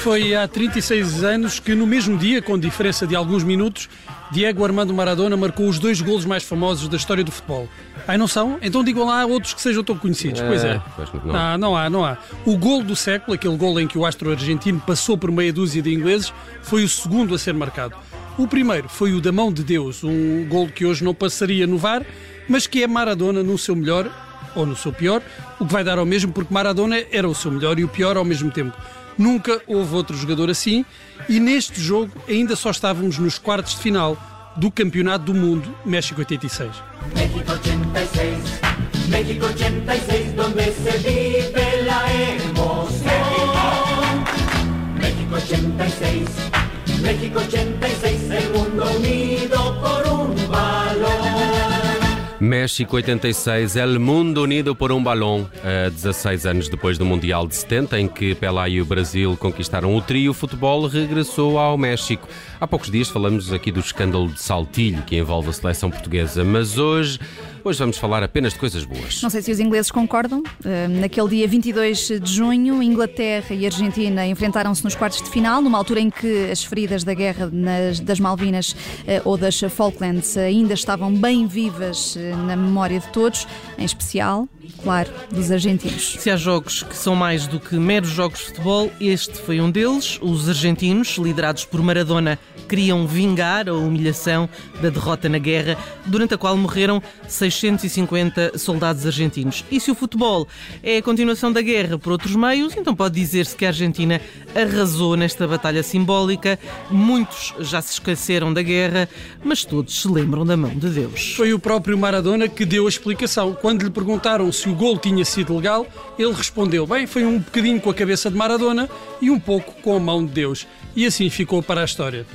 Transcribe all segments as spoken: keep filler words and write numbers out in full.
Foi há trinta e seis anos que, no mesmo dia, com diferença de alguns minutos, Diego Armando Maradona marcou os dois golos mais famosos da história do futebol. Ai, não são? Então digam lá outros que sejam tão conhecidos. É, pois é. Pois não. Não, não há, não há. O golo do século, aquele golo em que o astro argentino passou por meia dúzia de ingleses, foi o segundo a ser marcado. O primeiro foi o da mão de Deus, um golo que hoje não passaria no V A R, mas que é Maradona no seu melhor ou no seu pior, o que vai dar ao mesmo, porque Maradona era o seu melhor e o pior ao mesmo tempo. Nunca houve outro jogador assim, e neste jogo ainda só estávamos nos quartos de final do Campeonato do Mundo México oitenta e seis. México ochenta y seis, México ochenta y seis, donde se vive la emoción. México ochenta y seis, México ochenta y seis, el mundo unido por un balón. México oitenta e seis, El Mundo Unido por um Balão. Uh, dezasseis anos depois do Mundial de setenta, em que Pelé e o Brasil conquistaram o trio, o futebol regressou ao México. Há poucos dias falamos aqui do escândalo de Saltilho que envolve a seleção portuguesa, mas hoje... Hoje vamos falar apenas de coisas boas. Não sei se os ingleses concordam. Uh, naquele dia vinte e dois de junho, Inglaterra e Argentina enfrentaram-se nos quartos de final, numa altura em que as feridas da guerra nas, das Malvinas uh, ou das Falklands ainda estavam bem vivas uh, na memória de todos, em especial, claro, dos argentinos. Se há jogos que são mais do que meros jogos de futebol, este foi um deles. Os argentinos, liderados por Maradona, queriam vingar a humilhação da derrota na guerra, durante a qual morreram seiscentos e cinquenta soldados argentinos. E se o futebol é a continuação da guerra por outros meios, então pode dizer-se que a Argentina arrasou nesta batalha simbólica. Muitos já se esqueceram da guerra, mas todos se lembram da mão de Deus. Foi o próprio Maradona que deu a explicação. Quando lhe perguntaram se o golo tinha sido legal, ele respondeu: bem, foi um bocadinho com a cabeça de Maradona e um pouco com a mão de Deus. E assim ficou para a história.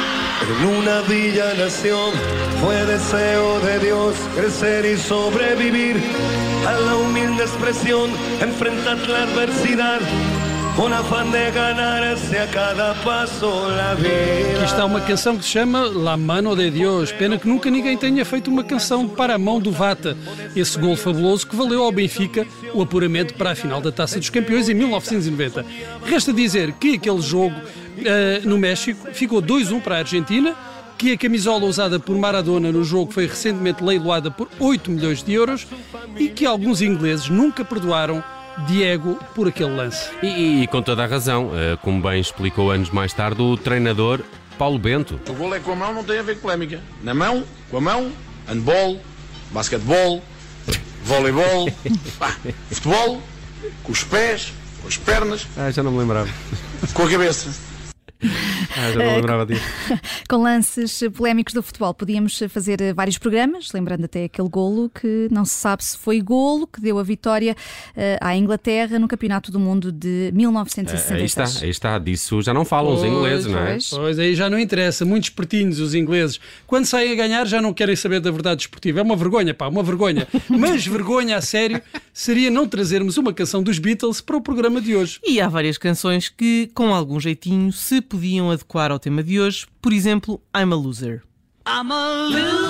En una villa nació, fue deseo de Dios crecer y sobrevivir a la humilde expresión, enfrentar la adversidad, con afán de ganarse a cada paso la vida. Aqui está uma canção que se chama La Mano de Dios. Pena que nunca ninguém tenha feito uma canção para a mão do Vata. Esse golo fabuloso que valeu ao Benfica o apuramento para a final da Taça dos Campeões em mil novecentos e noventa. Resta dizer que aquele jogo Uh, no México ficou dois a um para a Argentina, que a camisola usada por Maradona no jogo foi recentemente leiloada por oito milhões de euros e que alguns ingleses nunca perdoaram Diego por aquele lance. E, e com toda a razão, uh, como bem explicou anos mais tarde o treinador Paulo Bento. O golo é com a mão, não tem a ver com polémica. Na mão, com a mão, handball, basquetebol, voleibol, pá, futebol, com os pés, com as pernas. Ah, já não me lembrava. Com a cabeça. Ah, já não lembrava disso. Com lances polémicos do futebol, podíamos fazer vários programas, lembrando até aquele golo que não se sabe se foi golo que deu a vitória uh, à Inglaterra no Campeonato do Mundo de mil novecentos e sessenta e seis. Aí está, aí está, disso já não falam pois, os ingleses, não é? Pois. pois, aí já não interessa, muitos espertinhos os ingleses. Quando saem a ganhar já não querem saber da verdade desportiva. É uma vergonha, pá, uma vergonha. Mas vergonha a sério seria não trazermos uma canção dos Beatles para o programa de hoje. E há várias canções que, com algum jeitinho, se podiam adequar ao tema de hoje. Por exemplo, I'm a Loser. I'm a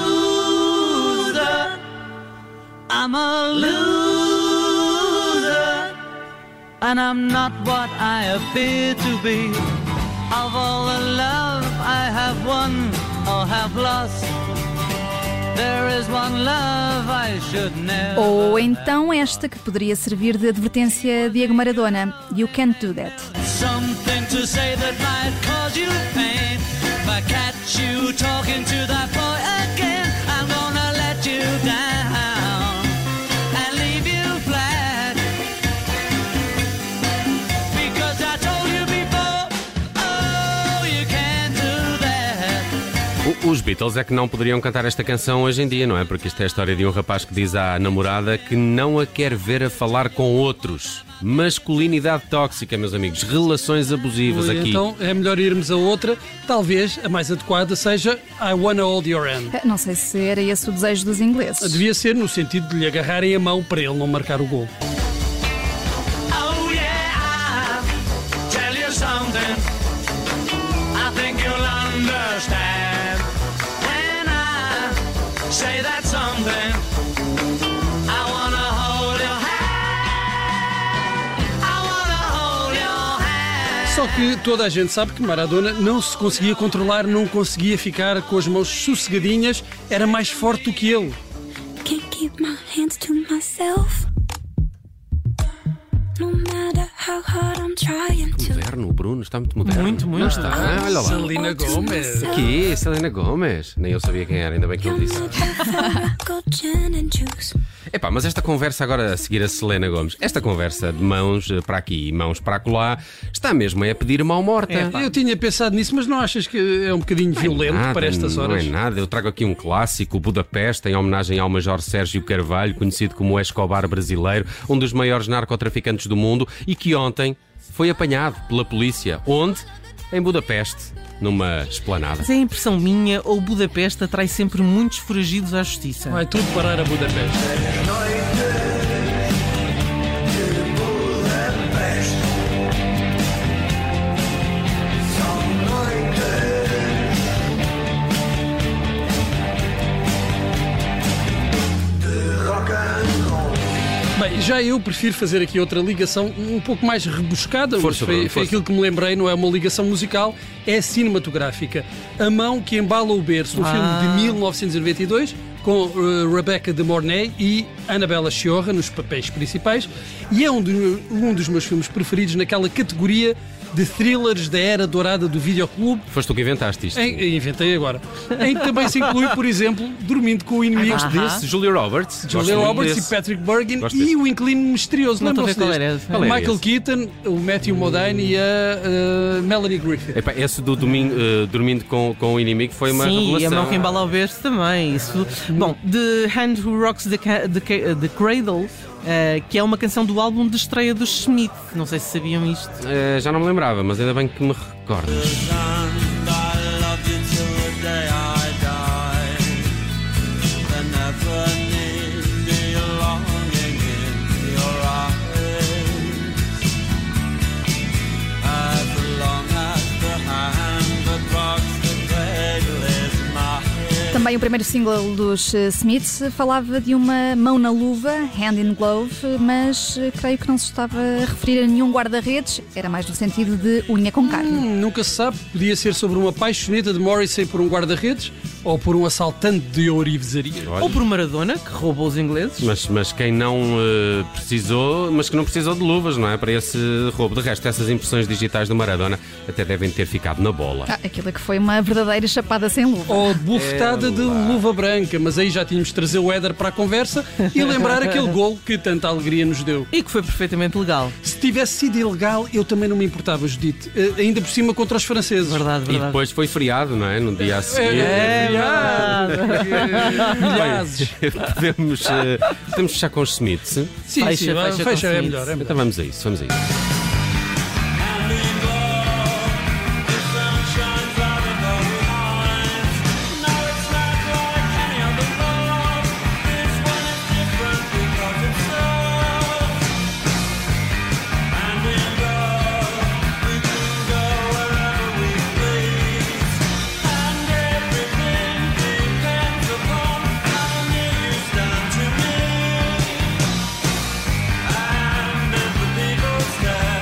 loser, I'm a loser, and I'm not what I appear to be. Of all the love I have won or have lost, there is one love I should never. Ou então esta que poderia servir de advertência a Diego Maradona: You can't do that. Something to say that might cause you pain. If I catch you talking to that boy again, I'm gonna let you down and leave you flat. Because I told you before, oh, you can't do that. Os Beatles é que não poderiam cantar esta canção hoje em dia, não é? Porque isto é a história de um rapaz que diz à namorada que não a quer ver a falar com outros. Masculinidade tóxica, meus amigos. Relações abusivas Ui, aqui. Então é melhor irmos a outra. Talvez a mais adequada seja I Wanna Hold Your Hand. Não sei se era esse o desejo dos ingleses. Devia ser no sentido de lhe agarrarem a mão para ele não marcar o gol. Oh yeah, I'll tell you something I think you'll understand when I say that something. I wanna hold your hand, I wanna hold your hand. Só que toda a gente sabe que Maradona não se conseguia controlar, não conseguia ficar com as mãos sossegadinhas, era mais forte do que ele. Can't keep my hands to myself. No matter how hard I'm trying to. Moderno, o Bruno, está muito moderno. Muito, muito. Não está? Ah, olha lá. Selena Gomez. O quê? Selena Gomez? Nem eu sabia quem era, ainda bem que ele disse. Epá, mas esta conversa agora a seguir a Selena Gomez, esta conversa de mãos para aqui e mãos para acolá, está mesmo a pedir mal morta. É, eu tinha pensado nisso, mas não achas que é um bocadinho violento nada, para estas horas? Não é nada, eu trago aqui um clássico, Budapeste, em homenagem ao Major Sérgio Carvalho, conhecido como o Escobar brasileiro, um dos maiores narcotraficantes do mundo e que ontem foi apanhado pela polícia. Onde? Em Budapeste, numa esplanada. Mas é impressão minha ou Budapeste atrai sempre muitos foragidos à justiça? Vai tudo parar a Budapeste. Bem, já eu prefiro fazer aqui outra ligação um pouco mais rebuscada, mas Força, foi, Bruno, foi força. aquilo que me lembrei, não é uma ligação musical, é cinematográfica. A Mão que Embala o Berço, um Ah. filme de mil novecentos e noventa e dois, com uh, Rebecca de Mornay e Annabella Sciorra nos papéis principais, e é um, de, um dos meus filmes preferidos naquela categoria de thrillers da era dourada do videoclube. Foste tu que inventaste isto. Em, inventei agora. Em que também se inclui, por exemplo, Dormindo com o Inimigo, Ah, Desse Julia Roberts. Julia Gosto muito Roberts desse. e Patrick Bergin Gosto e desse. o Inclino Misterioso. Não estou a ver Lembram-se qual deste? era esse. Qual era Michael esse? Keaton, o Matthew Modine e a uh, Melanie Griffith. Epá, esse do domingo, eh, Dormindo com, com o Inimigo foi uma Sim, revelação. e a Mão que Embala o Berço também. Isso. Bom, The Hand Who Rocks the, ca- the, ca- the Cradle, eh, que é uma canção do álbum de estreia dos Smith. Não sei se sabiam isto. Eh, já não me lembrava, mas ainda bem que me recordas. Também o primeiro single dos eh, Smiths falava de uma mão na luva, hand in glove, mas eh, creio que não se estava a referir a nenhum guarda-redes, era mais no sentido de unha com carne. Hum, nunca se sabe, podia ser sobre uma paixoneta de Morrissey por um guarda-redes ou por um assaltante de ourivesaria. Olha. Ou por Maradona, que roubou os ingleses. Mas, mas quem não eh, precisou, mas que não precisou de luvas, não é? Para esse roubo. De resto, essas impressões digitais do Maradona até devem ter ficado na bola. Ah, aquilo é que foi uma verdadeira chapada sem luva. Ou bufetada de luva branca, mas aí já tínhamos de trazer o Éder para a conversa e lembrar aquele gol que tanta alegria nos deu. E que foi perfeitamente legal. Se tivesse sido ilegal, eu também não me importava, Judite. Eh, ainda por cima contra os franceses. Verdade, E verdade. depois foi feriado, não é? No dia a seguir. É verdade. Milhares. podemos, eh, podemos fechar com os Smiths. Sim, Fecha, sim, vai- fecha fecha, com é Smiths. melhor, é melhor. Então vamos a isso, vamos a isso. And if the people stare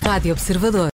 Rádio Observador.